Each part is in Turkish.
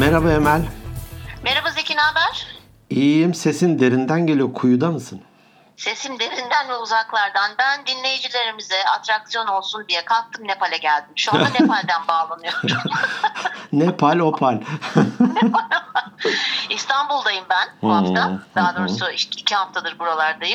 Merhaba Emel. Merhaba Zeki, ne haber? İyiyim. Sesin derinden geliyor. Kuyuda mısın? Sesim derinden ve uzaklardan. Ben dinleyicilerimize atraksiyon olsun diye kalktım, Nepal'e geldim. Şu anda Nepal'den bağlanıyorum. Nepal, opal. İstanbul'dayım ben bu hafta. Daha doğrusu işte 2 haftadır buralardayım.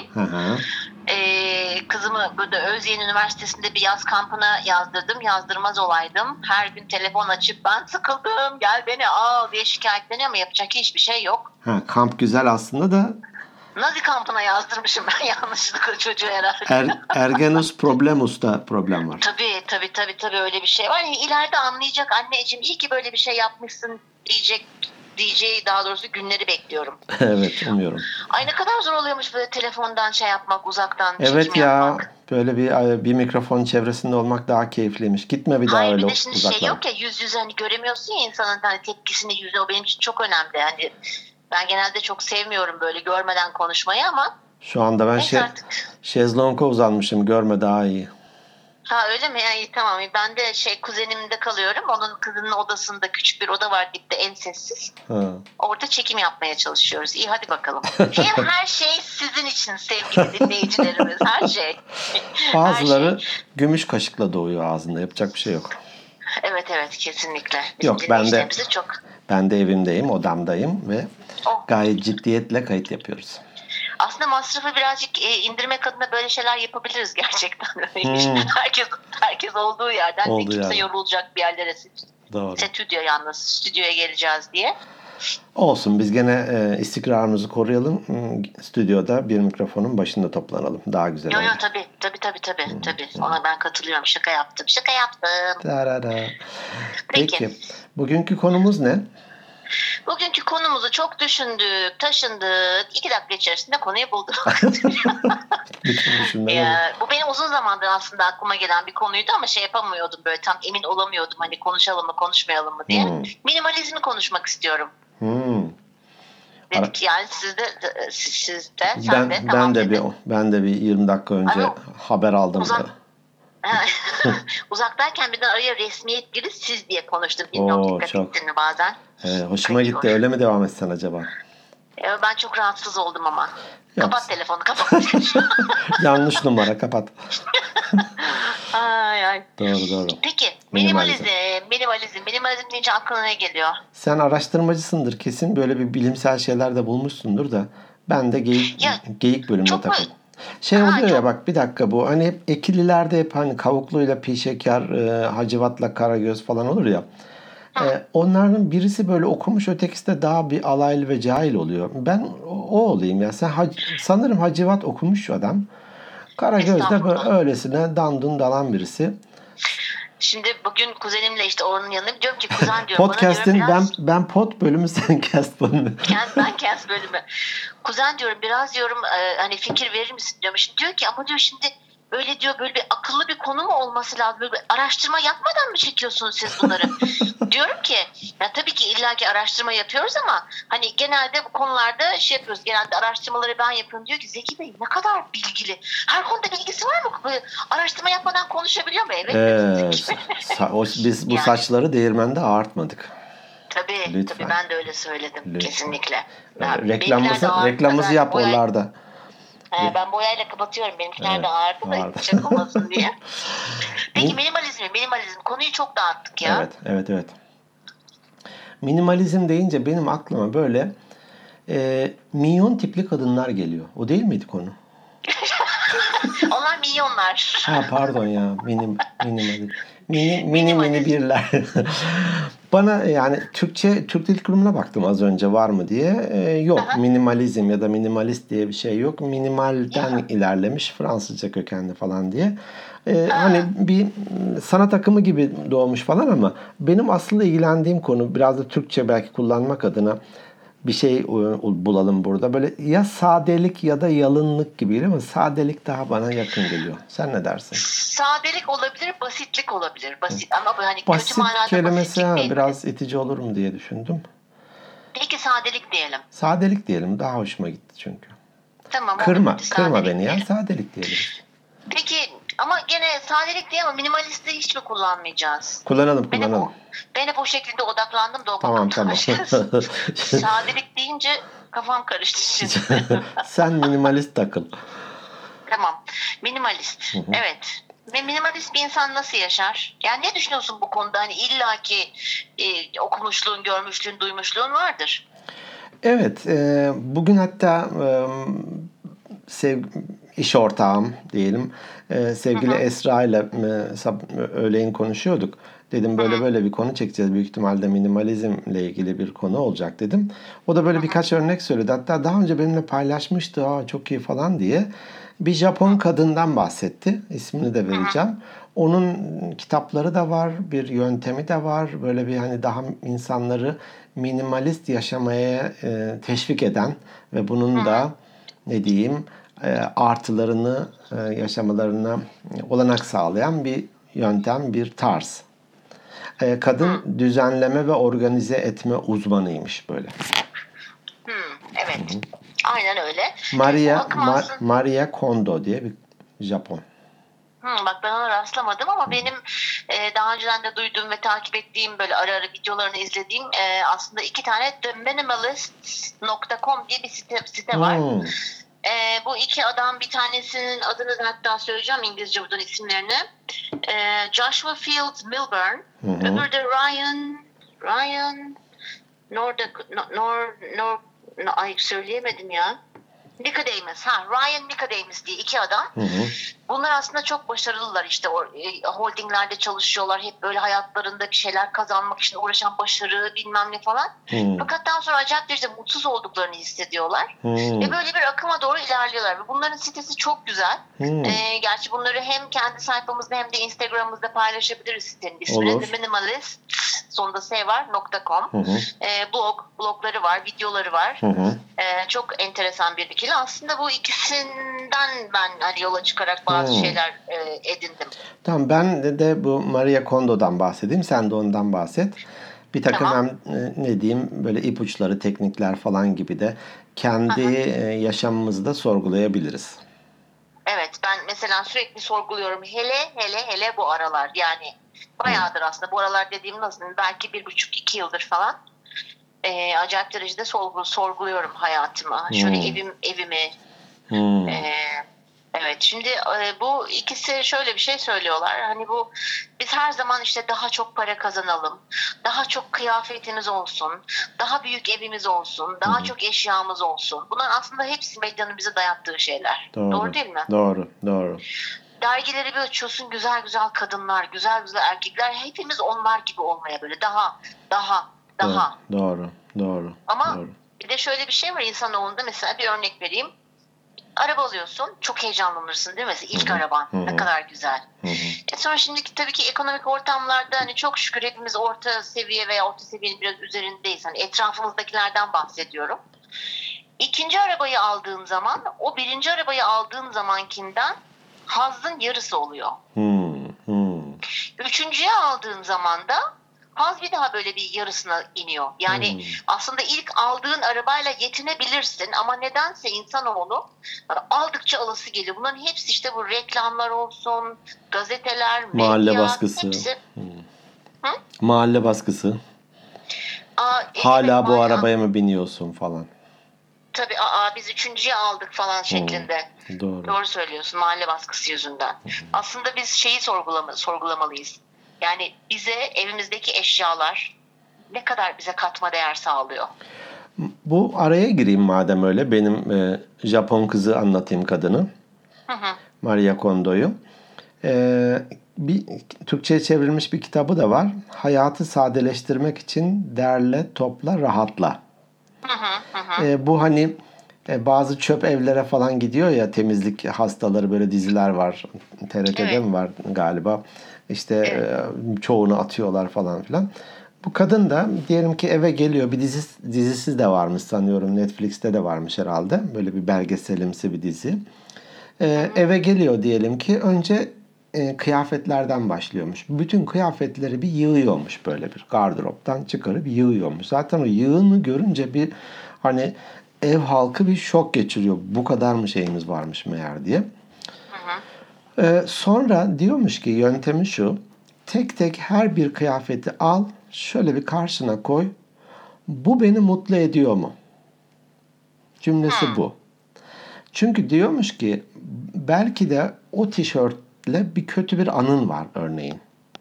Kızımı burada Özyeğin Üniversitesi'nde bir yaz kampına yazdırdım. Yazdırmaz olaydım. Her gün telefon açıp ben sıkıldım, gel beni al diye şikayetleniyor ama yapacak hiçbir şey yok. Kamp güzel aslında da. Nazi kampına yazdırmışım ben yanlışlıkla çocuğu herhalde. Ergenus problemus'ta problem var. Tabii öyle bir şey var. Yani ileride anlayacak, anneciğim iyi ki böyle bir şey yapmışsın diyeceği daha doğrusu günleri bekliyorum. Evet, umuyorum. Ay ne kadar zor oluyormuş böyle telefondan şey yapmak, uzaktan evet çekim ya, yapmak. böyle bir mikrofon çevresinde olmak daha keyifliymiş. Gitme bir daha Hayır, öyle bir de şimdi uzaklara. şey yok ya, yüz yüze hani göremiyorsun ya insanın hani tepkisini yüzüne, o benim için çok önemli. Hani ben genelde çok sevmiyorum böyle görmeden konuşmayı ama şu anda ben şezlonga uzanmışım, görme daha iyi. Ha öyle mi? Yani, tamam. Ben de kuzenimde kalıyorum. Onun kızının odasında küçük bir oda var dipte, en sessiz. Orada çekim yapmaya çalışıyoruz. İyi, hadi bakalım. Her şey sizin için sevgili dinleyicilerimiz. Her şey. Bazıları gümüş kaşıkla doğuyor ağzında. Yapacak bir şey yok. Evet kesinlikle. Bizim yok, ben de evimdeyim, odamdayım ve gayet ciddiyetle kayıt yapıyoruz. Aslında masrafı birazcık indirmek adına böyle şeyler yapabiliriz gerçekten. Herkes olduğu yerden kimse yorulacak bir yerlere. Doğru. Stüdyoya geleceğiz diye. Olsun, biz gene istikrarımızı koruyalım. Stüdyoda bir mikrofonun başında toplanalım. Daha güzel olur. Yok tabii. Ona ben katılıyorum. Şaka yaptım. Peki. Bugünkü konumuz ne? Bugünkü konumuzu çok düşündük, taşındık. 2 dakika içerisinde konuyu bulduk. Bu benim uzun zamandır aslında aklıma gelen bir konuydu ama yapamıyordum, böyle tam emin olamıyordum hani konuşalım mı konuşmayalım mı diye. Minimalizmi konuşmak istiyorum. Dedik yani ben de bir 20 dakika önce haber aldım. Uzaktayken birden araya resmiyet girdi, siz diye konuştum. Bilmiyorum, dikkat ettin mi bazen? Hoşuma gitti. Öyle mi devam etsen acaba? Ben çok rahatsız oldum ama. Kapat telefonu, kapat. Yanlış numara, kapat. Ay. Doğru. Peki, minimalizm deyince aklına ne geliyor? Sen araştırmacısındır kesin. Böyle bir bilimsel şeyler de bulmuşsundur da. Ben de geyik bölümüne takıldım. Oluyor ya, bak bir dakika, bu hani hep ekililerde hep hani kavukluyla pi şeker, hacivatla karagöz falan olur ya. Onların birisi böyle okumuş, ötekisi de daha bir alaylı ve cahil oluyor. Ben o olayım ya. Sanırım hacivat okumuş adam. Karagöz de böyle öylesine dandun dalan birisi. Şimdi bugün kuzenimle onun yanına diyorum ki, kuzen diyorum Podcast'in bana diyorum biraz... ben pod bölümü, sen cast bölümü. Ben cast bölümü. Kuzen diyorum, biraz diyorum hani fikir verir misin diyorum. Şimdi diyor ki ama diyor şimdi böyle diyor, böyle bir akıllı bir konu mu olması lazım? Böyle bir araştırma yapmadan mı çekiyorsunuz siz bunları? Diyorum ki ya tabii ki illaki araştırma yapıyoruz ama hani genelde bu konularda yapıyoruz. Genelde araştırmaları ben yapıyorum. Diyor ki Zeki Bey ne kadar bilgili. Her konuda bilgisi var mı? Böyle araştırma yapmadan konuşabiliyor mu? Evet. Biz bu saçları değirmende ağartmadık. Tabii ben de öyle söyledim. Lütfen. Kesinlikle. Reklamımızı yap oralarda. Ben boyayla kapatıyorum. Benimkiler de ağırdı da çek olmasın diye. Peki minimalizm. Konuyu çok dağıttık ya. Evet. Minimalizm deyince benim aklıma böyle minyon tipli kadınlar geliyor. O değil miydi konu? Onlar minyonlar. Pardon ya. Mini birler. Bana yani Türk Dil Kurumu'na baktım az önce, var mı diye. Yok. Minimalizm ya da minimalist diye bir şey yok. Minimalden ilerlemiş, Fransızca kökenli falan diye. Hani bir sanat akımı gibi doğmuş falan ama benim aslında ilgilendiğim konu, biraz da Türkçe belki kullanmak adına bir şey bulalım burada. Böyle ya sadelik ya da yalınlık gibi ama sadelik daha bana yakın geliyor. Sen ne dersin? Sadelik olabilir, basitlik olabilir. Ama hani basit kötü manada kelimesi biraz itici olur mu diye düşündüm. Peki sadelik diyelim. Sadelik diyelim. Daha hoşuma gitti çünkü. Tamam. Kırma beni ya. Sadelik diyelim. Peki Ama gene sadelik değil ama minimalisti hiç mi kullanmayacağız? Kullanalım. Ben hep o şekilde odaklandım da o Tamam. Sadelik deyince kafam karıştı şimdi. Sen minimalist takıl. Tamam. Minimalist. Evet. Ve minimalist bir insan nasıl yaşar? Yani ne düşünüyorsun bu konuda? Hani illaki okumuşluğun, görmüşlüğün, duymuşluğun vardır. Evet. Bugün hatta iş ortağım diyelim. Sevgili Esra ile öğleyin konuşuyorduk. Dedim böyle bir konu çekeceğiz. Büyük ihtimalle minimalizmle ilgili bir konu olacak dedim. O da böyle birkaç örnek söyledi. Hatta daha önce benimle paylaşmıştı. Çok iyi falan diye. Bir Japon kadından bahsetti. İsmini de vereceğim. Onun kitapları da var. Bir yöntemi de var. Böyle bir hani daha insanları minimalist yaşamaya teşvik eden ve bunun da ne diyeyim artılarını yaşamalarına olanak sağlayan bir yöntem, bir tarz. Kadın düzenleme ve organize etme uzmanıymış böyle. Evet. Aynen öyle. Marie Kondo diye bir Japon. Bak ben ona rastlamadım ama benim daha önceden de duyduğum ve takip ettiğim böyle ara ara videolarını izlediğim aslında 2 tane theminimalist.com diye bir site var. Bu 2 adam, bir tanesinin adını da hatta söyleyeceğim İngilizce buradan isimlerini. Joshua Fields Milburn, öbürü de Ryan ay söyleyemedim ya. Ryan Nicodemus diye 2 adam. Bunlar aslında çok başarılılar işte. Holdinglerde çalışıyorlar. Hep böyle hayatlarındaki şeyler kazanmak için uğraşan, başarı bilmem ne falan. Fakat daha sonra acayip derecede mutsuz olduklarını hissediyorlar. Ve böyle bir akıma doğru ilerliyorlar. Ve bunların sitesi çok güzel. Gerçi bunları hem kendi sayfamızda hem de Instagram'ımızda paylaşabiliriz sitenin ismini. The Minimalist sonunda .com. Blogları var, videoları var. Çok enteresan bir ikili. Aslında bu ikisinden ben hani yola çıkarak bazı şeyler edindim. Tamam, ben de bu Marie Kondo'dan bahsedeyim. Sen de ondan bahset. Bir takım hem ne diyeyim böyle ipuçları, teknikler falan gibi de kendi yaşamımızı da sorgulayabiliriz. Evet, ben mesela sürekli sorguluyorum. Hele bu aralar. Yani bayağıdır aslında. Bu aralar dediğim nasıl? Belki 1,5-2 yıldır falan. Acayip derecede sorguluyorum hayatımı. Şöyle evimi. Evet, şimdi bu ikisi şöyle bir şey söylüyorlar. Hani biz her zaman işte daha çok para kazanalım, daha çok kıyafetimiz olsun, daha büyük evimiz olsun, daha çok eşyamız olsun. Bunlar aslında hepsi medyanın bize dayattığı şeyler. Doğru değil mi? Doğru. Dergileri bir açıyorsun, güzel güzel kadınlar, güzel güzel erkekler. Hepimiz onlar gibi olmaya böyle daha. Doğru. Ama bir de şöyle bir şey var insanoğlunda, mesela bir örnek vereyim. Araba alıyorsun, çok heyecanlanırsın değil mi? Mesela ilk araban ne kadar güzel. Sonra şimdi tabii ki ekonomik ortamlarda hani çok şükür hepimiz orta seviye veya orta seviyenin biraz üzerindeyiz. Hani etrafımızdakilerden bahsediyorum. İkinci arabayı aldığın zaman o birinci arabayı aldığın zamankinden hazzın yarısı oluyor. Üçüncüye aldığın zaman da haz bir daha böyle bir yarısına iniyor. Yani aslında ilk aldığın arabayla yetinebilirsin ama nedense insanoğlu aldıkça alası geliyor. Bunların hepsi işte bu reklamlar olsun, gazeteler, medya, mahalle baskısı. Hepsi. Mahalle baskısı. Hala bu arabaya mı biniyorsun falan. Tabii biz üçüncüye aldık falan şeklinde. Doğru söylüyorsun, mahalle baskısı yüzünden. Aslında biz şeyi sorgulamalıyız. Yani bize evimizdeki eşyalar ne kadar bize katma değer sağlıyor? Bu araya gireyim madem öyle. Benim Japon kızı anlatayım, kadını. Marie Kondo'yu. Bir Türkçe'ye çevrilmiş bir kitabı da var. Hayatı sadeleştirmek için derle, topla, rahatla. Bu hani bazı çöp evlere falan gidiyor ya, temizlik hastaları, böyle diziler var. TRT'de mi var galiba? İşte çoğunu atıyorlar falan filan. Bu kadın da diyelim ki eve geliyor. Bir dizisi de varmış sanıyorum. Netflix'te de varmış herhalde. Böyle bir belgeselimsi bir dizi. Eve geliyor diyelim ki. Önce kıyafetlerden başlıyormuş. Bütün kıyafetleri bir yığıyormuş, böyle bir gardıroptan çıkarıp yığıyormuş. Zaten o yığını görünce bir hani ev halkı bir şok geçiriyor. Bu kadar mı şeyimiz varmış meğer diye. Sonra diyormuş ki yöntemi şu. Tek tek her bir kıyafeti al, şöyle bir karşına koy. Bu beni mutlu ediyor mu? Cümlesi bu. Çünkü diyormuş ki belki de o tişörtle bir kötü bir anın var örneğin.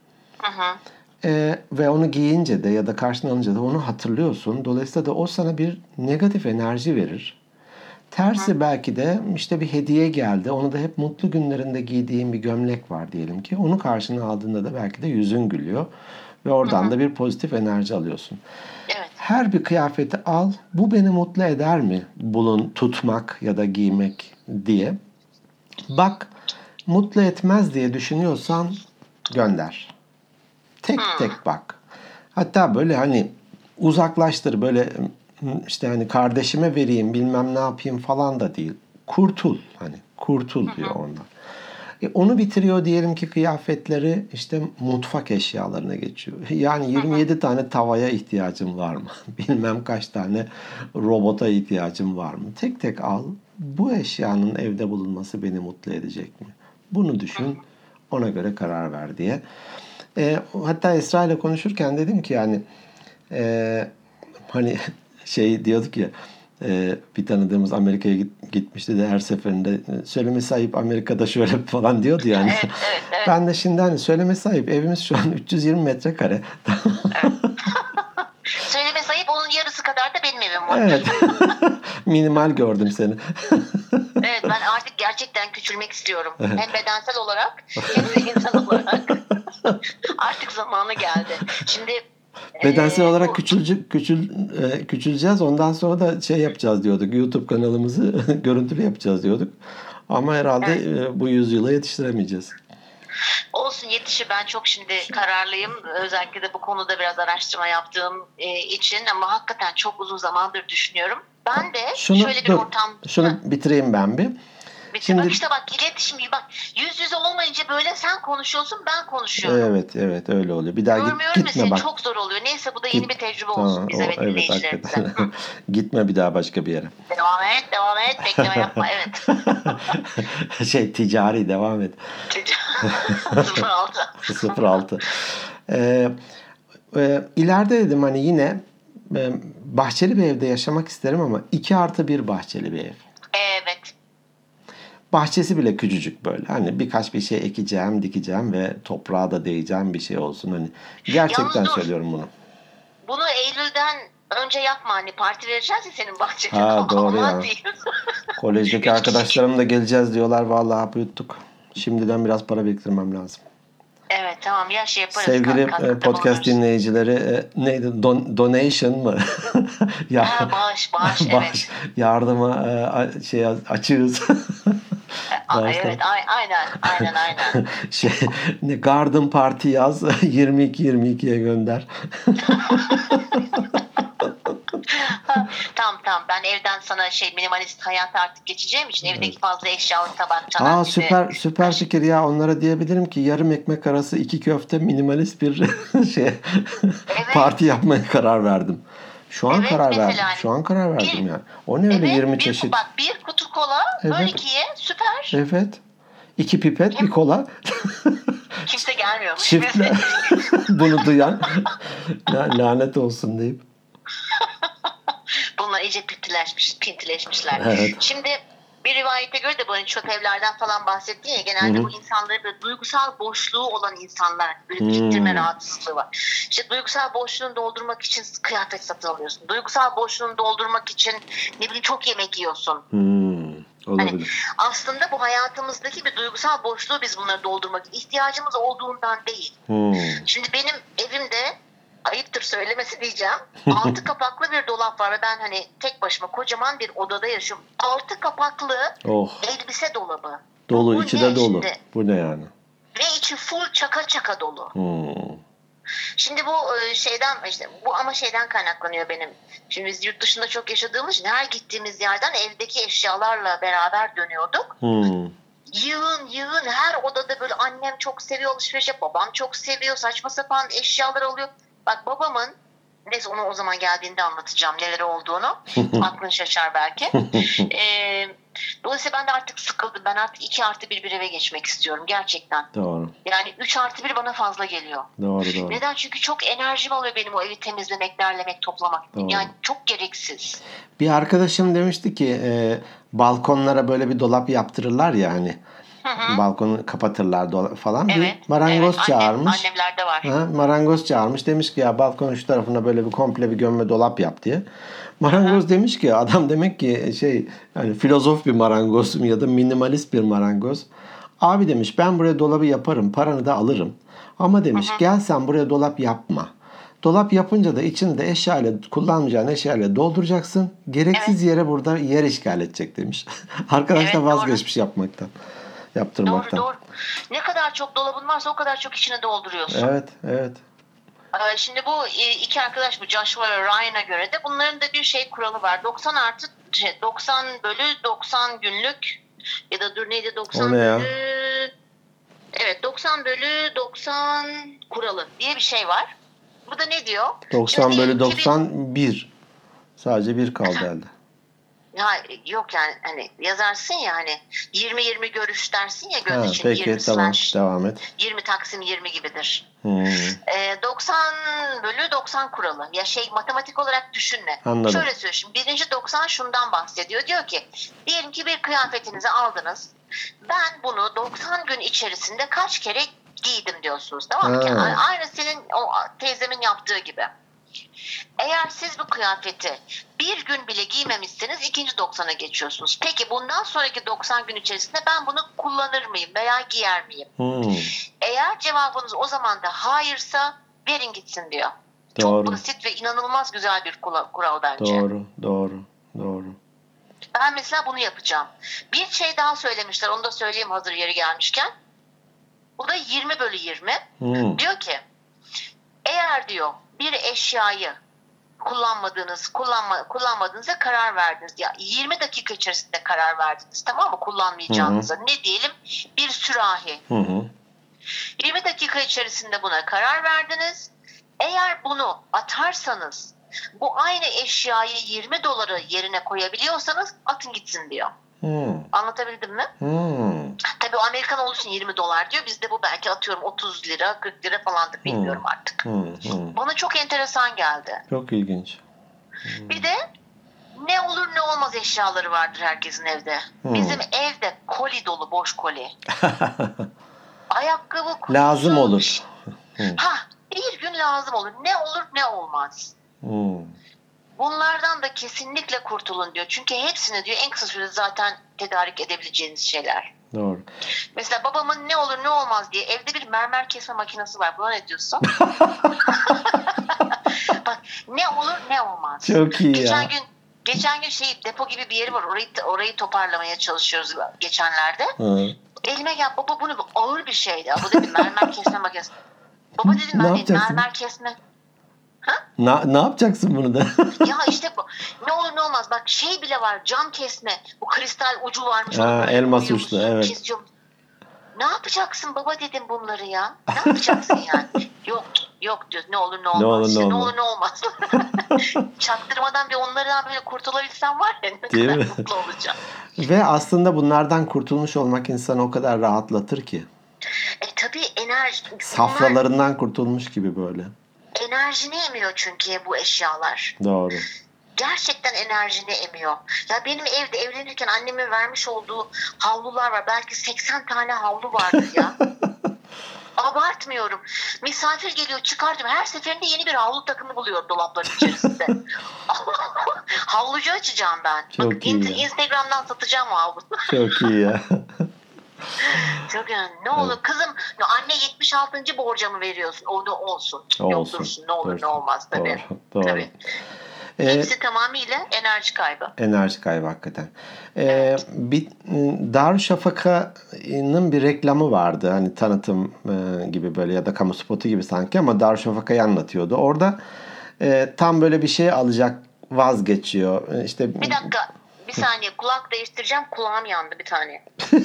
Ve onu giyince de ya da karşına alınca da onu hatırlıyorsun. Dolayısıyla da o sana bir negatif enerji verir. Tersi belki de işte bir hediye geldi. Onu da hep mutlu günlerinde giydiğin bir gömlek var diyelim ki. Onu karşına aldığında da belki de yüzün gülüyor. Ve oradan da bir pozitif enerji alıyorsun. Evet. Her bir kıyafeti al. Bu beni mutlu eder mi? Tutmak ya da giymek diye. Bak, mutlu etmez diye düşünüyorsan gönder. Tek tek bak. Hatta böyle hani uzaklaştır, böyle işte hani kardeşime vereyim bilmem ne yapayım falan da değil. Kurtul, hani kurtul diyor onlar. Onu bitiriyor diyelim ki kıyafetleri, işte mutfak eşyalarına geçiyor. Yani 27 tane tavaya ihtiyacım var mı? Bilmem kaç tane robota ihtiyacım var mı? Tek tek al. Bu eşyanın evde bulunması beni mutlu edecek mi? Bunu düşün. Ona göre karar ver diye. Hatta Esra ile konuşurken dedim ki yani hani diyorduk ya, bir tanıdığımız Amerika'ya gitmişti de her seferinde söylemesi ayıp Amerika'da şöyle falan diyordu yani. Evet. Ben de şimdi hani söylemesi ayıp, evimiz şu an 320 metrekare. Söylemesi ayıp, onun yarısı kadar da benim evim var. Evet. Minimal gördüm seni. Evet, ben artık gerçekten küçülmek istiyorum. Hem bedensel olarak hem de insan olarak. Artık zamanı geldi. Şimdi bedensel olarak küçüleceğiz. Ondan sonra da yapacağız diyorduk. YouTube kanalımızı görüntülü yapacağız diyorduk. Ama herhalde bu yüzyıla yetiştiremeyeceğiz. Olsun, yetişir. Ben çok şimdi kararlıyım. Özellikle de bu konuda biraz araştırma yaptığım için, ama hakikaten çok uzun zamandır düşünüyorum. Ben de şöyle bir ortam... Şunu bitireyim ben bir. Şimdi, bak işte iletişim, bak yüz yüze olmayınca böyle sen konuşuyorsun, ben konuşuyorum. Evet öyle oluyor. Bir daha gitme seni, bak. Çok zor oluyor. Neyse, bu da yeni bir tecrübe olsun bize ve dinleyicilerimize. Gitme bir daha başka bir yere. Devam et. Bekleme yapma, evet. Ticari devam et. 06. İleride dedim hani yine bahçeli bir evde yaşamak isterim ama 2+1 bahçeli bir ev. Evet. Bahçesi bile küçücük böyle. Hani birkaç bir şey ekeceğim, dikeceğim ve toprağa da değeceğim bir şey olsun. Hani gerçekten söylüyorum bunu. Bunu Eylül'den önce yapma, hani parti vereceğiz ya senin bahçede. Doğru ya. Kolejdeki arkadaşlarım da geleceğiz diyorlar. Vallahi yuttuk. Şimdiden biraz para biriktirmem lazım. Evet, tamam ya, yaparız. Sevgili podcast dinleyicileri, neydi? Donation mı? Bağış, evet. Yardıma açığız. Evet, aynen. Garden Party yaz, 22'ye gönder. Tamam. Ben evden sana minimalist hayata artık geçeceğim için evdeki fazla eşyalı tabak, çanak. Süper fikir ya. Onlara diyebilirim ki yarım ekmek arası 2 köfte minimalist bir parti yapmaya karar verdim. Şu an karar verdim yani. O ne öyle 20 çeşit. Bak, bir kutu kola, böl 2'ye, süper. Evet. 2 pipet, bir kola. Kimse gelmiyormuş. Çiftle bunu duyan lanet olsun deyip. Bunlar iyice pintileşmişler. Evet. Şimdi bir rivayete göre de böyle çöp evlerden falan bahsettin ya, genelde bu insanların böyle duygusal boşluğu olan insanlar, böyle biriktirme rahatsızlığı var. İşte duygusal boşluğunu doldurmak için kıyafet satın alıyorsun. Duygusal boşluğunu doldurmak için çok yemek yiyorsun. Olabilir. Hani aslında bu hayatımızdaki bir duygusal boşluğu biz bunları doldurmak ihtiyacımız olduğundan değil. Şimdi benim evimde, ayıptır söylemesi diyeceğim, 6 kapaklı bir dolap var ve ben hani tek başıma kocaman bir odada yaşıyorum. 6 kapaklı elbise dolabı. Dolu, içi de dolu. Şimdi? Bu ne yani? Ve içi full çaka dolu. Şimdi bu şeyden kaynaklanıyor benim. Şimdi biz yurt dışında çok yaşadığımız için her gittiğimiz yerden evdeki eşyalarla beraber dönüyorduk. Yığın her odada böyle, annem çok seviyor alışverişe, babam çok seviyor, saçma sapan eşyalar alıyor. Bak, babamın, neyse onu o zaman geldiğinde anlatacağım neler olduğunu. Aklın şaşar belki. Dolayısıyla ben de artık sıkıldım. Ben artık 2+1 bir eve geçmek istiyorum gerçekten. Doğru. Yani 3+1 bana fazla geliyor. Doğru. Neden? Çünkü çok enerjim alıyor benim o evi temizlemek, derlemek, toplamak. Doğru. Yani çok gereksiz. Bir arkadaşım demişti ki balkonlara böyle bir dolap yaptırırlar ya hani. Balkonu kapatırlar falan. Evet. Bir marangoz çağırmış. Annemlerde var. Marangoz çağırmış. Demiş ki ya balkonun şu tarafına böyle bir komple bir gömme dolap yap diye. Marangoz demiş ki adam demek ki yani filozof bir marangoz ya da minimalist bir marangoz. Abi demiş ben buraya dolabı yaparım. Paranı da alırım. Ama demiş gel sen buraya dolap yapma. Dolap yapınca da içini de kullanmayacağın eşyayla dolduracaksın. Gereksiz yere burada yer işgal edecek demiş. Arkadaş da vazgeçmiş yaptırmaktan. Doğru. Ne kadar çok dolabın varsa o kadar çok içine dolduruyorsun. Evet. Şimdi bu iki arkadaş, bu Joshua ve Ryan'a göre de bunların da bir kuralı var. 90/90 günlük ya da neydi 90 bölü... Evet, 90/90 kuralı diye bir şey var. Bu da ne diyor? 90/91. Sadece bir kaldı elde. Ya yok yani hani yazarsın ya hani 20-20 görüş dersin ya göz için. Peki 20 tamam devam et. 20/20 gibidir. 90/90 kuralı. Ya matematik olarak düşünme. Anladım. Şöyle söyleyeyim. Şimdi birinci 90 şundan bahsediyor. Diyor ki diyelim ki bir kıyafetinizi aldınız. Ben bunu 90 gün içerisinde kaç kere giydim diyorsunuz. Tamam mı? Aynı senin o teyzemin yaptığı gibi. Eğer siz bu kıyafeti bir gün bile giymemişseniz ikinci 90'a geçiyorsunuz. Peki bundan sonraki 90 gün içerisinde ben bunu kullanır mıyım veya giyer miyim? Eğer cevabınız o zaman da hayırsa verin gitsin diyor. Doğru. Çok basit ve inanılmaz güzel bir kural bence. Doğru. Ben mesela bunu yapacağım. Bir şey daha söylemişler, onu da söyleyeyim hazır yeri gelmişken. Bu da 20/20. Diyor ki eğer diyor bir eşyayı kullanmadığınıza karar verdiniz. Ya 20 dakika içerisinde karar verdiniz, tamam mı, kullanmayacağınıza. Ne diyelim? Bir sürahi. 20 dakika içerisinde buna karar verdiniz. Eğer bunu atarsanız bu aynı eşyayı $20 yerine koyabiliyorsanız atın gitsin diyor. Anlatabildim mi? Tabii o Amerikan olduğu için $20 diyor. Bizde bu belki atıyorum 30 lira 40 lira falandır, bilmiyorum artık. Bana çok enteresan geldi. Çok ilginç. Bir de ne olur ne olmaz eşyaları vardır herkesin evde. Bizim evde koli dolu, boş koli. Ayakkabı kutusu. Lazım olur. Bir gün lazım olur. Ne olur ne olmaz. Bunlardan da kesinlikle kurtulun diyor. Çünkü hepsini diyor en kısa sürede zaten tedarik edebileceğiniz şeyler. Doğru. Mesela babamın ne olur ne olmaz diye evde bir mermer kesme makinesi var. Buna ne diyorsun? Bak, ne olur ne olmaz. Çok iyi Geçen gün depo gibi bir yeri var. Orayı toparlamaya çalışıyoruz geçenlerde. Elime gel baba, bunu ağır bir şeydi. Bu dedi mermer kesme makinesi. Baba dedim ben mermer kesme. Ne yapacaksın bunu da? Ya işte bu. Ne olur ne olmaz. Bak bile var. Cam kesme. Bu kristal ucu varmış. Elmas uçlu evet. Kesiyorum. Ne yapacaksın baba dedim bunları ya. Ne yapacaksın yani? Yok diyor. Ne olur ne olmaz. Ne olur ne olmaz. Çaktırmadan bir onlardan böyle kurtulabilsem var ya, ne değil kadar mi? mutlu olacağım. Ve aslında bunlardan kurtulmuş olmak insanı o kadar rahatlatır ki. Tabii enerji. Safralarından kurtulmuş gibi böyle. Enerjini emiyor çünkü bu eşyalar. Doğru. Gerçekten enerjini emiyor. Ya benim evde evlenirken annemin vermiş olduğu havlular var. Belki 80 tane havlu vardı ya. Abartmıyorum. Misafir geliyor, çıkartıyorum. Her seferinde yeni bir havlu takımı buluyor dolapların içerisinde. Havlucu açacağım ben. Çok iyi. Instagram'dan satacağım o havluyu. Çok iyi ya. Çok yani. Ne olur kızım, anne 76. borcamı veriyorsun. O da olsun. Yok dursun. Ne olur ne olmaz tabii. Doğru. Tabii. Hepsi tamamıyla enerji kaybı. Enerji kaybı hakikaten. Bir Darüşşafaka'nın bir reklamı vardı. Hani tanıtım gibi böyle ya da kamu spotu gibi sanki, ama Darüşşafaka'yı anlatıyordu. Orada tam böyle bir şey alacak, vazgeçiyor. İşte bir dakika. Bir saniye, kulak değiştireceğim. Kulağım yandı bir tane.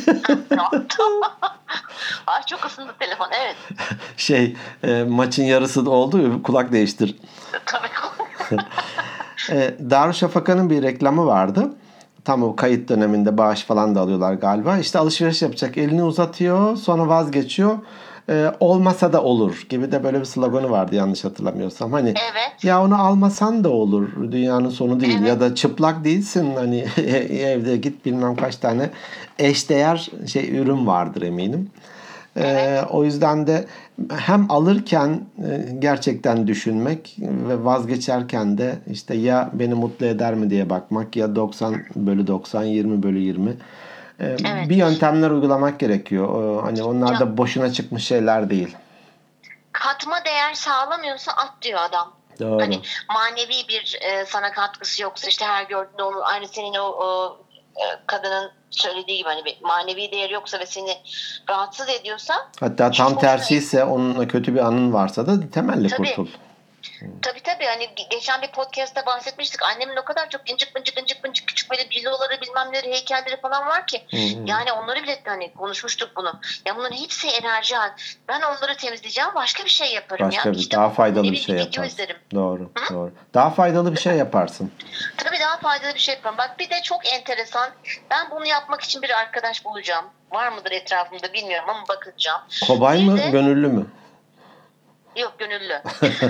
Ay çok ısındı telefon. Evet. Maçın yarısı da oldu. Kulak değiştir. Tabii. Darüşşafaka'nın bir reklamı vardı. tam o kayıt döneminde bağış falan da alıyorlar galiba. İşte alışveriş yapacak, elini uzatıyor, sonra vazgeçiyor. Olmasa da olur gibi de böyle bir sloganı vardı yanlış hatırlamıyorsam. Hani Evet. ya onu almasan da olur. Dünyanın sonu değil. Evet. Ya da çıplak değilsin. Hani evde git bilmem kaç tane eşdeğer ürün vardır eminim. Evet. O yüzden de hem alırken gerçekten düşünmek ve vazgeçerken de işte ya beni mutlu eder mi diye bakmak ya 90/90, 20/20 Evet. bir yöntemler uygulamak gerekiyor. Hani onlar Ya, da boşuna çıkmış şeyler değil. katma değer sağlamıyorsa at diyor adam. Doğru. Hani manevi bir sana katkısı yoksa, işte her gördüğünde onu, aynı senin o kadının söylediği gibi, hani bir manevi değeri yoksa ve seni rahatsız ediyorsa, Hatta hiç tam boşuna tersiyse onunla kötü bir anın varsa da temelli Tabii. kurtul. Tabii hani geçen bir podcast'ta bahsetmiştik. Annemin o kadar çok incik mıncık küçük böyle biloları, bilmem neleri, heykelleri falan var ki. Yani onları bile hani konuşmuştuk bunu. Ya bunların hepsi enerji hali. Ben onları temizleyeceğim, başka bir şey yaparım. Başka bir İşte daha faydalı ne bir şey bileyim, video yaparsın. izlerim. Doğru. Daha faydalı bir şey yaparsın. Tabii daha faydalı bir şey yaparım. Bak bir de çok enteresan. Ben bunu yapmak için bir arkadaş bulacağım. Var mıdır etrafımda bilmiyorum ama bakacağım. Kobay mı, gönüllü mü? Yok, gönüllü.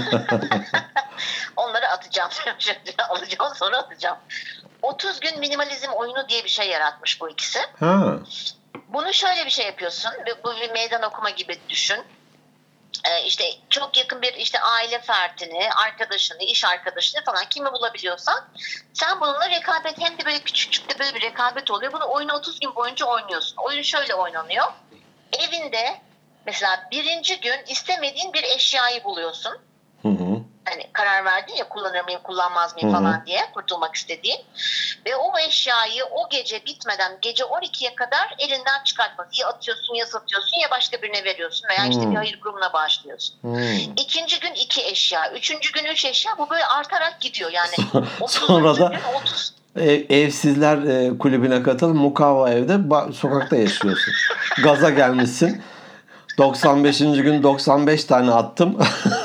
Onları atacağım. Alacağım, sonra atacağım. 30 gün minimalizm oyunu diye bir şey yaratmış bu ikisi. Ha. Bunu şöyle bir şey yapıyorsun. Bu bir meydan okuma gibi düşün. İşte çok yakın bir işte aile fertini, arkadaşını, iş arkadaşını falan, kimi bulabiliyorsan sen bununla rekabet, hem de böyle küçük de böyle bir rekabet oluyor. Bunu oyunu 30 gün boyunca oynuyorsun. Oyun şöyle oynanıyor. Evinde mesela birinci gün istemediğin bir eşyayı buluyorsun. Hani karar verdin ya, kullanır mıyım kullanmaz mıyım falan diye, kurtulmak istediğin. Ve o eşyayı o gece bitmeden gece 12'ye kadar elinden çıkartmak. Ya atıyorsun, ya satıyorsun, ya başka birine veriyorsun veya işte bir hayır kurumuna bağışlıyorsun. İkinci gün 2 eşya, üçüncü gün 3 eşya, bu böyle artarak gidiyor. Yani 30. Sonra da gün 30. Evsizler kulübüne katıl, mukavva evde sokakta yaşıyorsun. Gaza gelmişsin. 95. gün 95 tane attım.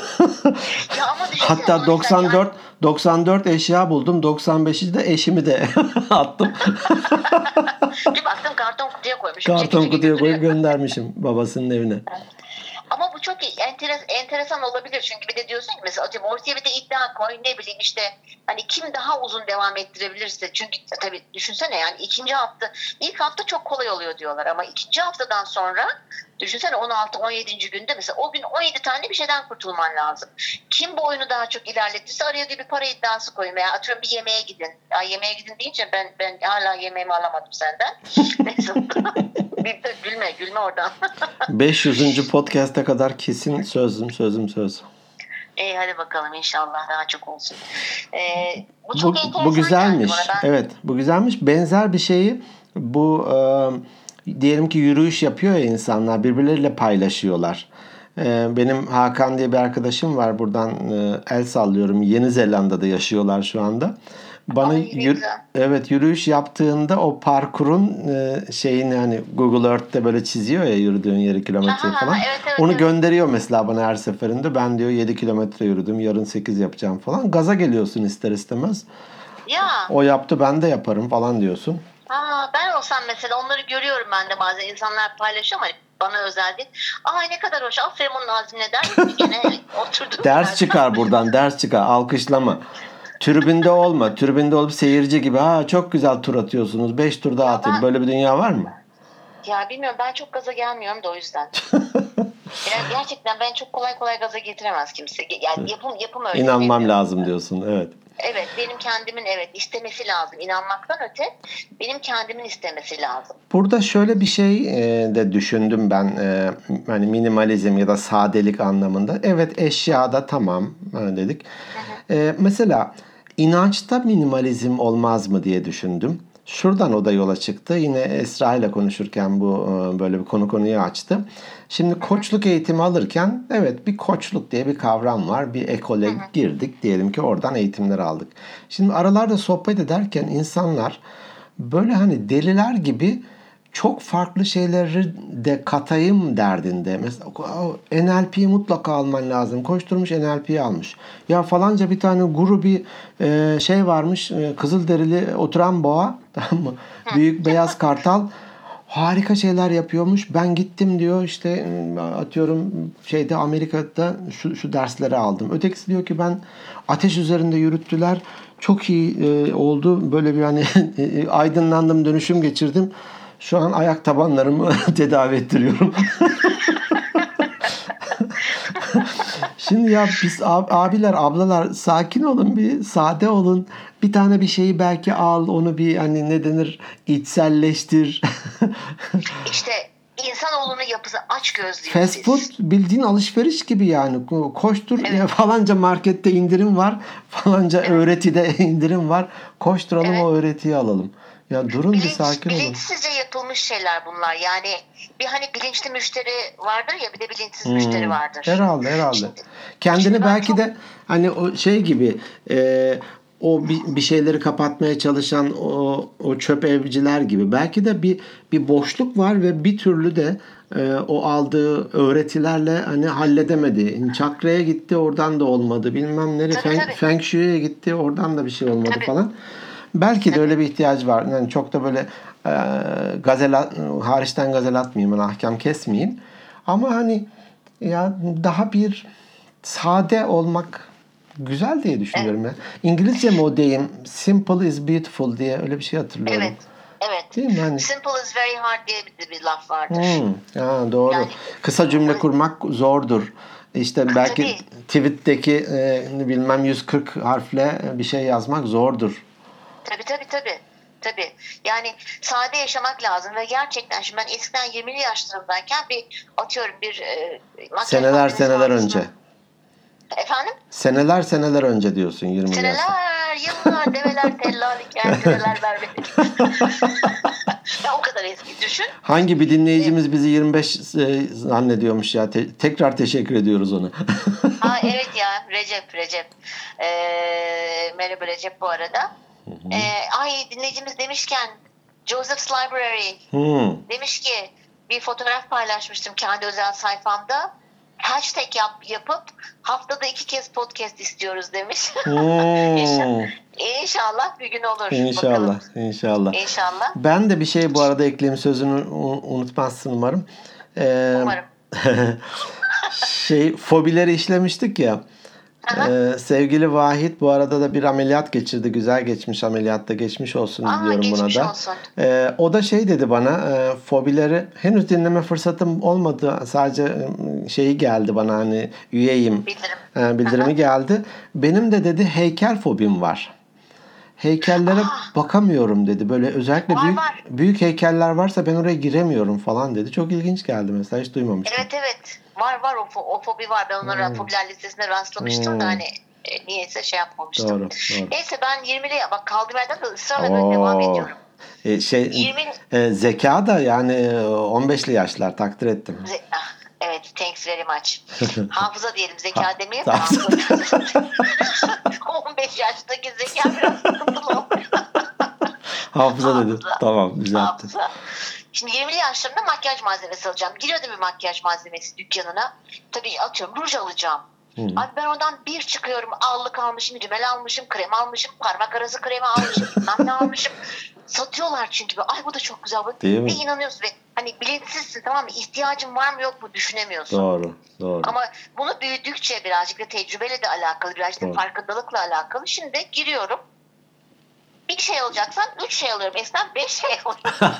Ya ama hatta 94 eşya buldum. 95'i de eşimi de attım. Bir baktım karton kutuya koymuşum. Karton kutuya koyup göndermişim babasının evine. Ama bu çok enteresan olabilir. Çünkü bir de diyorsun ki mesela, atıyorum ortaya bir de iddia koy, ne bileyim işte hani kim daha uzun devam ettirebilirse. Çünkü tabii düşünsene, yani ilk hafta çok kolay oluyor diyorlar ama ikinci haftadan sonra düşünsene 16-17. günde mesela, o gün 17 tane bir şeyden kurtulman lazım. Kim bu oyunu daha çok ilerletirse araya bir para iddiası koyun veya atıyorum bir yemeğe gidin. Ya yemeğe gidin deyince ben hala yemeğimi alamadım senden. Neyse. Gülme oradan. 500. podcast'e kadar kesin sözüm. Hadi bakalım, inşallah daha çok olsun. Bu çok enteresan. Bu güzelmiş. Evet, bu güzelmiş. Benzer bir şeyi bu diyelim ki yürüyüş yapıyor ya insanlar, birbirleriyle paylaşıyorlar. Benim Hakan diye bir arkadaşım var, buradan el sallıyorum. Yeni Zelanda'da yaşıyorlar şu anda. Bana yürüyüş yaptığında o parkurun şeyini, hani Google Earth'te böyle çiziyor ya yürüdüğün yeri, kilometreyi falan. Onu gönderiyor mesela bana her seferinde. Ben diyor 7 kilometre yürüdüm, yarın 8 yapacağım falan. Gaza geliyorsun ister istemez. Ya. O yaptı, ben de yaparım falan diyorsun. Ben olsam mesela, onları görüyorum ben de, bazen insanlar paylaşıyor ama bana özel değil. Ne kadar hoş, aferin onun azmine der. Gene oturdum. Ders çıkar buradan, ders çıkar. Alkışlama. Tribünde olma. Tribünde olup seyirci gibi çok güzel tur atıyorsunuz, 5 tur daha atayım. Böyle bir dünya var mı? Ya bilmiyorum, ben çok gaza gelmiyorum da o yüzden. Yani gerçekten ben çok kolay gaza getiremez kimse. Yani yapım öyle. İnanmam lazım diyorsun, evet. Evet, benim kendimin istemesi lazım. İnanmaktan öte benim kendimin istemesi lazım. Burada şöyle bir şey de düşündüm ben, hani minimalizm ya da sadelik anlamında. Evet, eşyada tamam dedik. Mesela inançta minimalizm olmaz mı diye düşündüm. Şuradan o da yola çıktı. Yine Esra ile konuşurken bu böyle bir konuyu açtı. Şimdi koçluk eğitimi alırken, evet, bir koçluk diye bir kavram var. Bir ekole girdik. Diyelim ki oradan eğitimler aldık. Şimdi aralarda sohbet ederken insanlar böyle hani deliler gibi çok farklı şeyleri de katayım derdinde. Mesela NLP'yi mutlaka alman lazım. Koşturmuş NLP'yi almış. Ya falanca bir tane guru bir şey varmış. Kızılderili oturan boğa. Tamam mı? Büyük beyaz kartal harika şeyler yapıyormuş. Ben gittim diyor işte atıyorum şeyde Amerika'da şu dersleri aldım. Ötekisi diyor ki ben ateş üzerinde yürüttüler. Çok iyi oldu. Böyle bir hani aydınlandım, dönüşüm geçirdim. Şu an ayak tabanlarımı tedavi ettiriyorum. Şimdi ya biz abiler, ablalar sakin olun, bir sade olun. Bir tane bir şeyi belki al, onu bir hani ne denir içselleştir. İşte insanoğlunun yapısı açgözlüyüz Fast food bildiğin alışveriş gibi yani. Koştur ya falanca markette indirim var. Falanca öğretide indirim var. Koşturalım o öğretiyi alalım. Ya durun bir sakin olun. Bilinçsizce yapılmış şeyler bunlar. Yani bir hani bilinçli müşteri vardır ya, bir de bilinçsiz müşteri vardır. Herhalde. Kendini belki de hani o şey gibi o bir şeyleri kapatmaya çalışan o çöp evciler gibi. Belki de bir boşluk var ve bir türlü de o aldığı öğretilerle hani halledemedi. Çakraya gitti, oradan da olmadı. Bilmem nereye Feng Shui'ye gitti, oradan da bir şey olmadı falan. Belki de öyle bir ihtiyacı var. Yani çok da böyle hariçten gazel atmayayım, yani ahkam kesmeyeyim. Ama hani ya daha bir sade olmak güzel diye düşünüyorum ya. İngilizce mi o deyim? Simple is beautiful diye öyle bir şey hatırlıyorum. Evet. Değil mi? Hani... Simple is very hard diye bir laf vardır. Doğru. Yani, kısa cümle kurmak zordur. İşte belki tweet'teki bilmem 140 harfle bir şey yazmak zordur. Tabii. Yani sade yaşamak lazım ve gerçekten şimdi ben eskiden 20'li yaşlarımdayken bir seneler önce. Efendim? Seneler önce diyorsun 20 yıllar, develer, tellalikler, develer vermedik. Ya o kadar eski düşün. Hangi bir dinleyicimiz bizi 25 zannediyormuş ya. Tekrar teşekkür ediyoruz ona. Evet ya, Recep. Merhaba Recep bu arada. Dinleyicimiz demişken Joseph's Library demiş ki bir fotoğraf paylaşmıştım kendi özel sayfamda. Hashtag yapıp haftada 2 kez podcast istiyoruz demiş. İnşallah bir gün olur. İnşallah. Ben de bir şey bu arada ekleyeyim, sözünü unutmazsın umarım. Umarım. Fobileri işlemiştik ya. Sevgili Vahit bu arada da bir ameliyat geçirdi. Güzel geçmiş ameliyatta. Geçmiş olsun diyorum buna da. Olsun. O da dedi bana, fobileri henüz dinleme fırsatım olmadı. Sadece şeyi geldi bana, hani üyeyim. Bildirimi geldi. Benim de dedi heykel fobim var. Heykellere bakamıyorum dedi. Böyle özellikle büyük heykeller varsa ben oraya giremiyorum falan dedi. Çok ilginç geldi mesela. Hiç duymamıştım. Evet. Var o fobi var. Ben onlara fobiler listesine rastlamıştım da hani niyeyse yapmamıştım. Doğru. Neyse ben 20'li bak kaldığım yerden de ısrarla böyle devam ediyorum. Zeka da yani 15'li yaşlar, takdir ettim. Evet, thanks very much. Hafıza diyelim, zeka demeyelim. 15 yaşındaki zeka biraz sıkıntılı olmuş. Hafıza dedi. Tamam, güzel. Şimdi 20'li yaşlarımda makyaj malzemesi alacağım. Giriyordum bir makyaj malzemesi dükkanına. Tabii atıyorum ruj alacağım. Abi ben oradan bir çıkıyorum. Allık almışım, rimel almışım, krem almışım, parmak arası kremi almışım, bilmem ne almışım. Satıyorlar çünkü. Ay bu da çok güzel. Ve inanıyorsun ve hani bilinçsizsin, tamam mı? İhtiyacın var mı yok mu düşünemiyorsun. Doğru. Ama bunu büyüdükçe birazcık da tecrübeyle de alakalı, birazcık da farkındalıkla alakalı. Şimdi giriyorum. Bir şey alacaksam 3 şey alıyorum. Eskiden 5 şey alıyorum.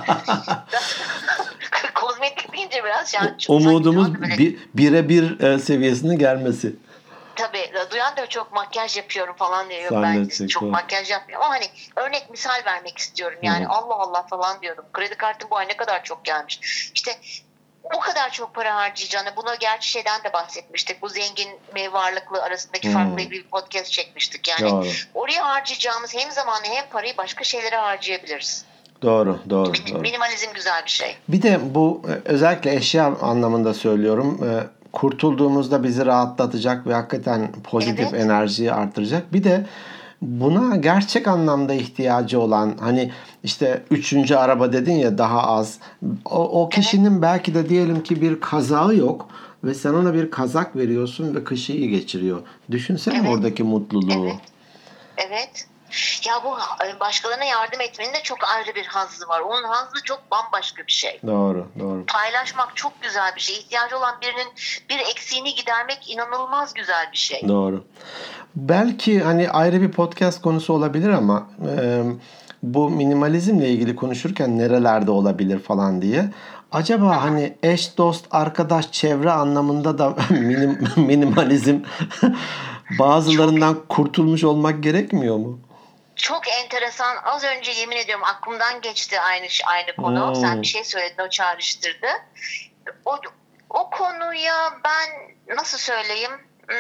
Kozmetik deyince biraz umudumuz 1'e 1 seviyesine gelmesi. Tabii duyan da çok makyaj yapıyorum falan diyor. Ben çok makyaj yapmıyorum ama hani örnek misal vermek istiyorum. Yani Allah Allah falan diyorum. Kredi kartım bu ay ne kadar çok gelmiş. İşte o kadar çok para harcayacağını, buna gerçi şeyden de bahsetmiştik. Bu zengin ve varlıklı arasındaki farklı bir podcast çekmiştik. Yani oraya harcayacağımız hem zamanı hem parayı başka şeylere harcayabiliriz. Doğru. Minimalizm güzel bir şey. Bir de bu özellikle eşya anlamında söylüyorum. Kurtulduğumuzda bizi rahatlatacak ve hakikaten pozitif enerjiyi artıracak. Bir de buna gerçek anlamda ihtiyacı olan, hani işte 3. araba dedin ya, daha az. O kişinin belki de diyelim ki bir kazağı yok ve sen ona bir kazak veriyorsun ve kışı iyi geçiriyor. Düşünsene oradaki mutluluğu. Evet. Ya bu başkalarına yardım etmenin de çok ayrı bir hazzı var. Onun hazzı çok bambaşka bir şey. Doğru, doğru. Paylaşmak çok güzel bir şey. İhtiyacı olan birinin bir eksiğini gidermek inanılmaz güzel bir şey. Doğru. Belki hani ayrı bir podcast konusu olabilir ama bu minimalizmle ilgili konuşurken nerelerde olabilir falan diye. Acaba hani eş, dost, arkadaş, çevre anlamında da minimalizm bazılarından kurtulmuş olmak gerekmiyor mu? Çok enteresan. Az önce yemin ediyorum aklımdan geçti aynı konu. Sen bir şey söyledin, o çağrıştırdı. O konuya ben nasıl söyleyeyim?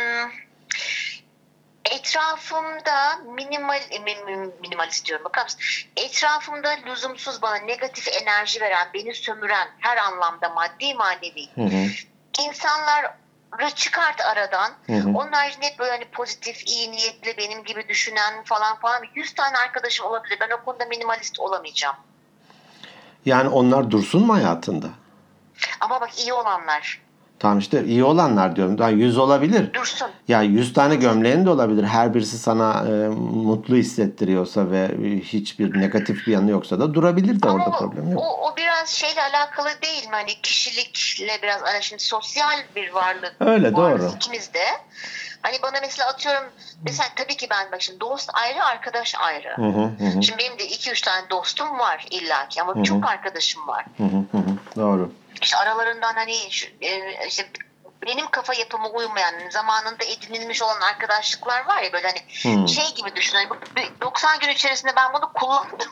Etrafımda minimalist diyorum, bakar mısın? Etrafımda lüzumsuz bana negatif enerji veren, beni sömüren her anlamda maddi manevi insanlar çıkart aradan. Onun haricinde hep böyle hani pozitif, iyi niyetli, benim gibi düşünen falan 100 tane arkadaşım olabilir. Ben o konuda minimalist olamayacağım. Yani onlar dursun mu hayatında? Ama bak, iyi olanlar. Tamam işte iyi olanlar diyorum. Daha 100 olabilir. Dursun. Ya 100 tane gömleğin de olabilir. Her birisi sana mutlu hissettiriyorsa ve hiçbir negatif bir yanı yoksa da durabilir de, ama orada problem yok. O biraz şeyle alakalı değil mi? Hani kişilikle biraz, şimdi sosyal bir varlık. Öyle, doğru. İkimiz de. Hani bana mesela atıyorum, mesela tabii ki ben bak şimdi dost ayrı, arkadaş ayrı. Şimdi benim de 2-3 tane dostum var illaki ama çok arkadaşım var. Doğru. İşte aralarından hani işte benim kafa yapıma uymayan, zamanında edinilmiş olan arkadaşlıklar var ya, böyle hani şey gibi düşün. Hani 90 gün içerisinde ben bunu kullandım.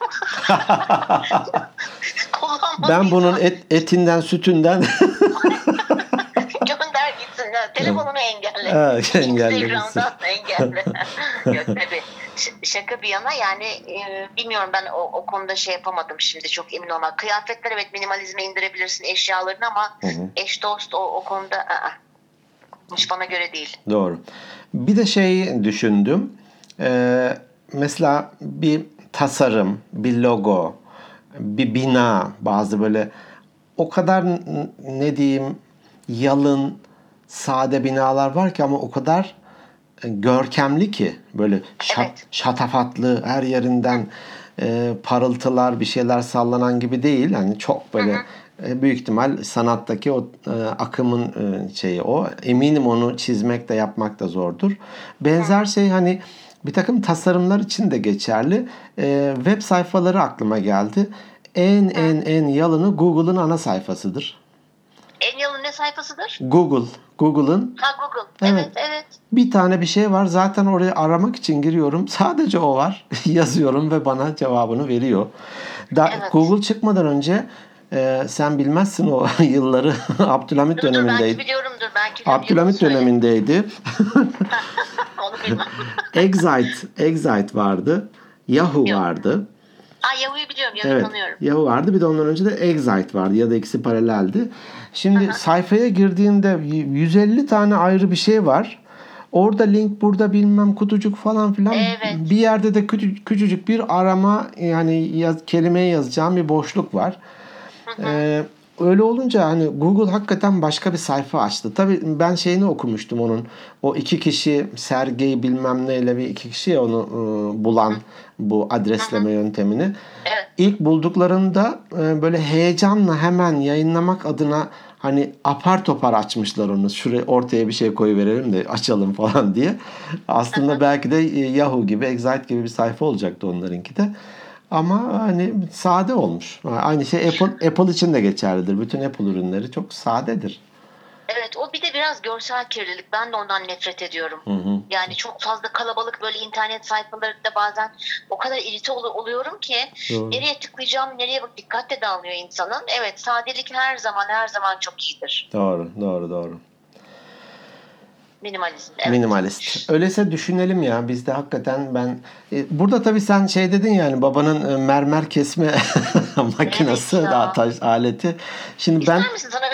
Ben bunun etinden, sütünden gönder gitsin. Telefonunu engelle. Evet, Instagram'dan engelle. Yok tabii. Şaka bir yana, yani bilmiyorum, ben o konuda şey yapamadım şimdi, çok emin olmak. Kıyafetler evet minimalizme indirebilirsin eşyalarını ama eş dost o konuda hiç bana göre değil. Doğru. Bir de şey düşündüm. Mesela bir tasarım, bir logo, bir bina, bazı böyle o kadar ne diyeyim yalın, sade binalar var ki ama o kadar görkemli ki, böyle şatafatlı, her yerinden parıltılar, bir şeyler sallanan gibi değil. Yani çok böyle büyük ihtimal sanattaki o akımın şeyi o. Eminim onu çizmek de yapmak da zordur. Benzer şey hani bir takım tasarımlar için de geçerli. Web sayfaları aklıma geldi. En yalını Google'ın ana sayfasıdır. En yalın ne sayfasıdır? Google. Google'ın. Google. Evet. Bir tane bir şey var. Zaten oraya aramak için giriyorum. Sadece o var. Yazıyorum ve bana cevabını veriyor. Google çıkmadan önce sen bilmezsin o yılları. Abdülhamit dönemindeydi. Belki biliyorumdur. Abdülhamit dönemindeydi. Onu bilmem. Exite vardı. Yahoo vardı. Yahoo'yu biliyorum. Yahoo'yu tanıyorum. Yahoo vardı. Bir de ondan önce de Exite vardı. Ya da ikisi paraleldi. Şimdi sayfaya girdiğinde 150 tane ayrı bir şey var. Orada link, burada bilmem kutucuk falan filan. Evet. Bir yerde de küçücük bir arama, yani kelimeyi yazacağım bir boşluk var. Öyle olunca hani Google hakikaten başka bir sayfa açtı. Tabii ben şeyini okumuştum onun. O iki kişi, Sergey bilmem neyle bir iki kişi onu bulan bu adresleme yöntemini. Evet. İlk bulduklarında böyle heyecanla hemen yayınlamak adına hani apar topar açmışlar onu. Şuraya ortaya bir şey koyuverelim de açalım falan diye. Aslında belki de Yahoo gibi, Exite gibi bir sayfa olacaktı onlarınki de. Ama hani sade olmuş. Aynı şey Apple için de geçerlidir. Bütün Apple ürünleri çok sadedir. Evet, o bir de biraz görsel kirlilik. Ben de ondan nefret ediyorum. Yani çok fazla kalabalık böyle internet sayfalarında bazen o kadar irite oluyorum ki nereye tıklayacağım, nereye bak, dikkat de dağılıyor insanın. Evet, sadelik her zaman çok iyidir. Doğru. Minimalizm. Evet. Minimalist. Öyleyse düşünelim ya. Biz de hakikaten burada tabii sen şey dedin yani, babanın mermer kesme makinesi, daha taş aleti. Şimdi İster misin sana?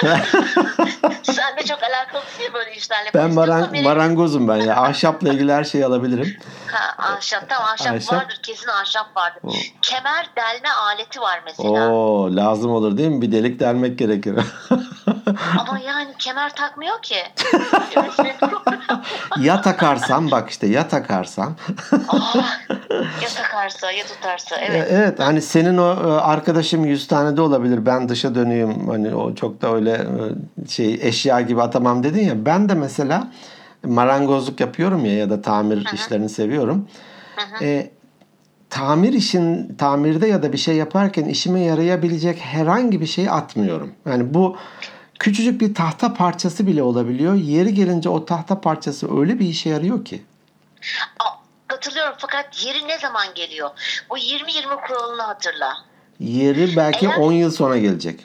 Sen de çok alakalısın ya böyle işlerle. Ben marangozum ben ya. Ahşapla ilgili her şeyi alabilirim. Ahşap. Tamam, ahşap vardır. Kesin ahşap vardır. Kemer delme aleti var mesela. Lazım olur değil mi? Bir delik delmek gerekir. Ama yani kemer takmıyor ki. Ya takarsam Ya takarsa ya tutarsa. Evet. Evet, hani senin o arkadaşım 100 tane de olabilir. Ben dışa dönüyüm. Hani o çok da öyle eşya gibi atamam dedin ya. Ben de mesela marangozluk yapıyorum ya da tamir işlerini seviyorum. Tamirde ya da bir şey yaparken işime yarayabilecek herhangi bir şeyi atmıyorum. Yani bu küçücük bir tahta parçası bile olabiliyor. Yeri gelince o tahta parçası öyle bir işe yarıyor ki. Katılıyorum fakat yeri ne zaman geliyor? Bu 20-20 kuralını hatırla. Yeri belki 10 yıl sonra gelecek.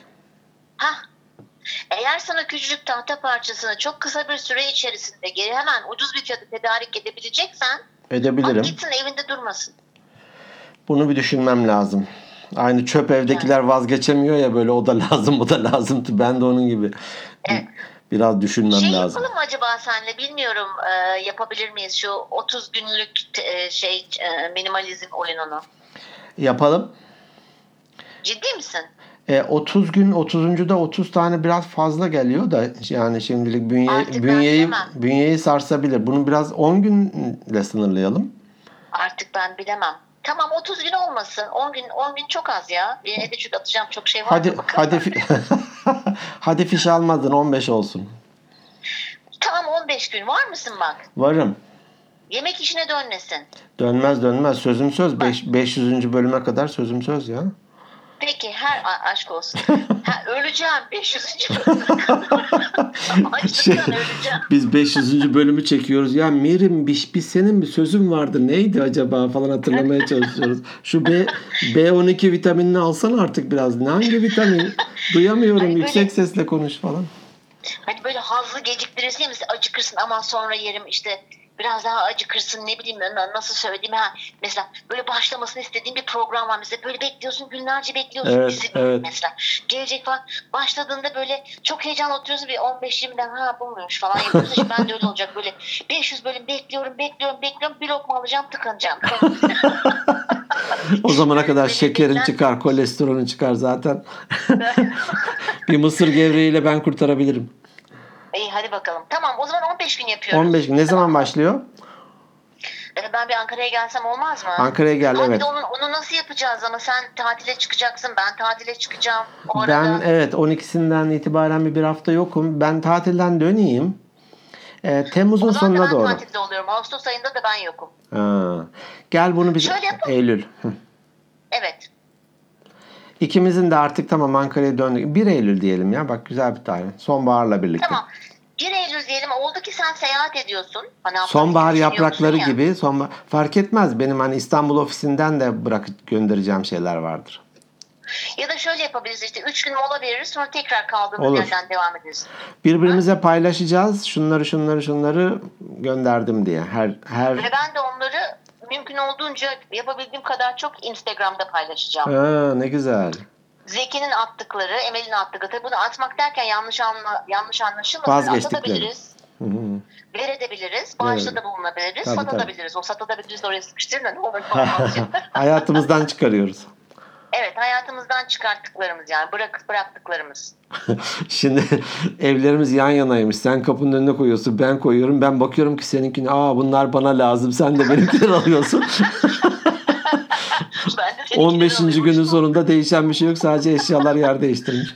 Eğer sana küçücük tahta parçasını çok kısa bir süre içerisinde geri hemen ucuz bir fiyata tedarik edebileceksen edebilirim. Gitsin evinde durmasın. Bunu bir düşünmem lazım. Aynı çöp evdekiler vazgeçemiyor ya böyle o da lazım bu da lazım. Ben de onun gibi. Evet. Biraz düşünmem lazım. Yapalım mı acaba senle bilmiyorum yapabilir miyiz şu 30 günlük minimalizm oyununu? Yapalım. Ciddi misin? 30 gün 30'uncuda 30 tane biraz fazla geliyor da yani şimdilik bünyeyi sarsabilir. Bunu biraz 10 günle sınırlayalım. Artık ben bilemem. Tamam 30 gün olmasın. 10 gün çok az ya. Birine de çünkü atacağım çok şey var. Hadi fiş almadın 15 olsun. Tamam 15 gün var mısın bak? Varım. Yemek işine dönmesin. Dönmez. Sözüm söz. 500. bölüme kadar sözüm söz ya. Peki aşk olsun. Öleceğim 500. bölüme kadar. Öleceğim. Biz 500. bölümü çekiyoruz. Ya Mirim bir senin bir sözün vardı. Neydi acaba falan hatırlamaya çalışıyoruz. Şu B12 vitaminini alsan artık biraz. Hangi vitamin? Duyamıyorum. Yüksek sesle konuş falan. Hani böyle hızlı geciktirirsin mesela acıkırsın ama sonra yerim işte biraz daha acıkırsın ne bileyim nasıl söyleyeyim mesela böyle başlamasını istediğin bir program var mesela böyle bekliyorsun günlerce bekliyorsun evet. mesela gelecek falan başladığında böyle çok heyecanlı oturuyorsun bir 15-20'den bulmuyormuş falan yapıyorsun şimdi ben de öyle olacak böyle 500 bölüm bekliyorum bir lokma alacağım tıkanacağım. O zamana kadar şekerin çıkar kolesterolün çıkar zaten. Bir mısır gevreğiyle ben kurtarabilirim. İyi hadi bakalım. Tamam o zaman 15 gün yapıyoruz. 15 gün. Ne zaman başlıyor? Ben bir Ankara'ya gelsem olmaz mı? Ankara'ya gel evet. Onu nasıl yapacağız ama sen tatile çıkacaksın ben tatile çıkacağım. Ben evet 12'sinden itibaren bir hafta yokum. Ben tatilden döneyim. Temmuz'un sonuna doğru. O zaman ben tatilde oluyorum. Ağustos ayında da ben yokum. Gel bunu biz Eylül. Evet. İkimizin de artık tamam Ankara'ya döndük. 1 Eylül diyelim ya. Bak güzel bir tarih. Sonbaharla birlikte. Tamam. 1 Eylül diyelim. Oldu ki sen seyahat ediyorsun. Sonbahar yaprakları gibi. Fark etmez. Benim hani İstanbul ofisinden de bırakıp göndereceğim şeyler vardır. Ya da şöyle yapabiliriz işte 3 gün mola veririz sonra tekrar kaldığımız yerden devam ederiz. Birbirimize paylaşacağız. Şunları gönderdim diye. Ve ben de onları mümkün olduğunca yapabildiğim kadar çok Instagram'da paylaşacağım. Ne güzel. Zeki'nin attıkları, Emel'in attıkları. Tabii bunu atmak derken yanlış anlaşılmasın. Atabiliriz. Verebiliriz. Bağışta da bulunabiliriz. Satabiliriz. O satabiliriz de oraya sıkıştırın da ne olur. Hayatımızdan çıkarıyoruz. Evet hayatımızdan çıkarttıklarımız yani bıraktıklarımız. Şimdi evlerimiz yan yanaymış. Sen kapının önüne koyuyorsun. Ben koyuyorum. Ben bakıyorum ki seninkini bunlar bana lazım. Sen de benimkileri alıyorsun. 15. günün sonunda değişen bir şey yok. Sadece eşyalar yer değiştirmiş.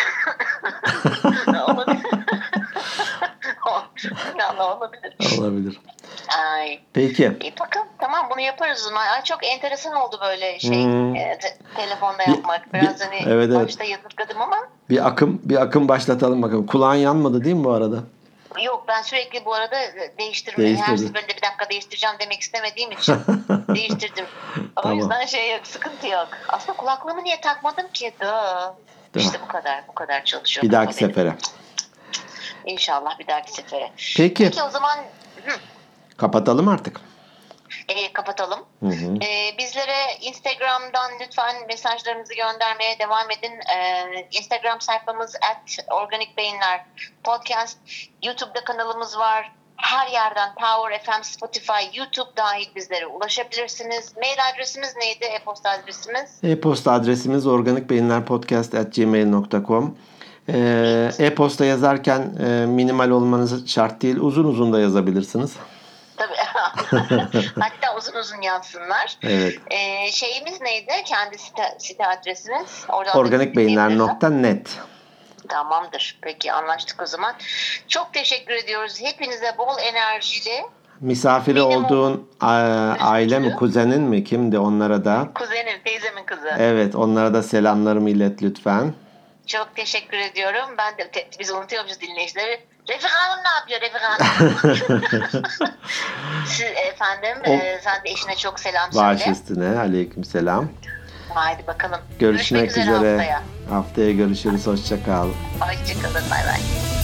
Olabilir. Ay. Peki. Bakalım tamam bunu yaparız. Çok enteresan oldu böyle telefonda yapmak. Biraz başta yadırgadım ama. Bir akım başlatalım bakalım. Kulağın yanmadı değil mi bu arada? Yok ben sürekli bu arada değiştirmeyi her seferinde bir dakika değiştireceğim demek istemediğim için değiştirdim. O yüzden yok sıkıntı yok. Aslında kulaklığımı niye takmadım ki? İşte bu kadar çalışıyorum. Bir dahaki sefere. İnşallah bir dahaki sefere. Peki o zaman kapatalım artık. Kapatalım. Bizlere Instagram'dan lütfen mesajlarınızı göndermeye devam edin. Instagram sayfamız @organikbeyinler podcast. YouTube'da kanalımız var. Her yerden Power FM, Spotify, YouTube dahil bizlere ulaşabilirsiniz. Mail adresimiz neydi? E-posta adresimiz? E-posta adresimiz organikbeyinlerpodcast@gmail.com. E-posta yazarken minimal olmanız şart değil. Uzun da yazabilirsiniz. Tabii Hatta uzun uzun yazsınlar. Evet. Şeyimiz neydi? Kendi site adresiniz. Oradan Organikbeyinler.net. Tamamdır. Peki anlaştık o zaman. Çok teşekkür ediyoruz. Hepinize bol enerjili. Misafiri olduğun aile mi, kuzenin mi, kimdi, onlara da? Kuzenim, teyzemin kızı. Evet, onlara da selamlarımı ilet lütfen. Çok teşekkür ediyorum. Ben de biz unutuyormuşuz dinleyicileri. Refika Hanım ne yapıyor Refika Hanım? Siz efendim sen de eşine çok selam söyle. Baş üstüne. Aleykümselam. Haydi bakalım. Görüşmek üzere. haftaya. Haftaya görüşürüz. Hoşça kal. Hoşçakalın. Bay bay.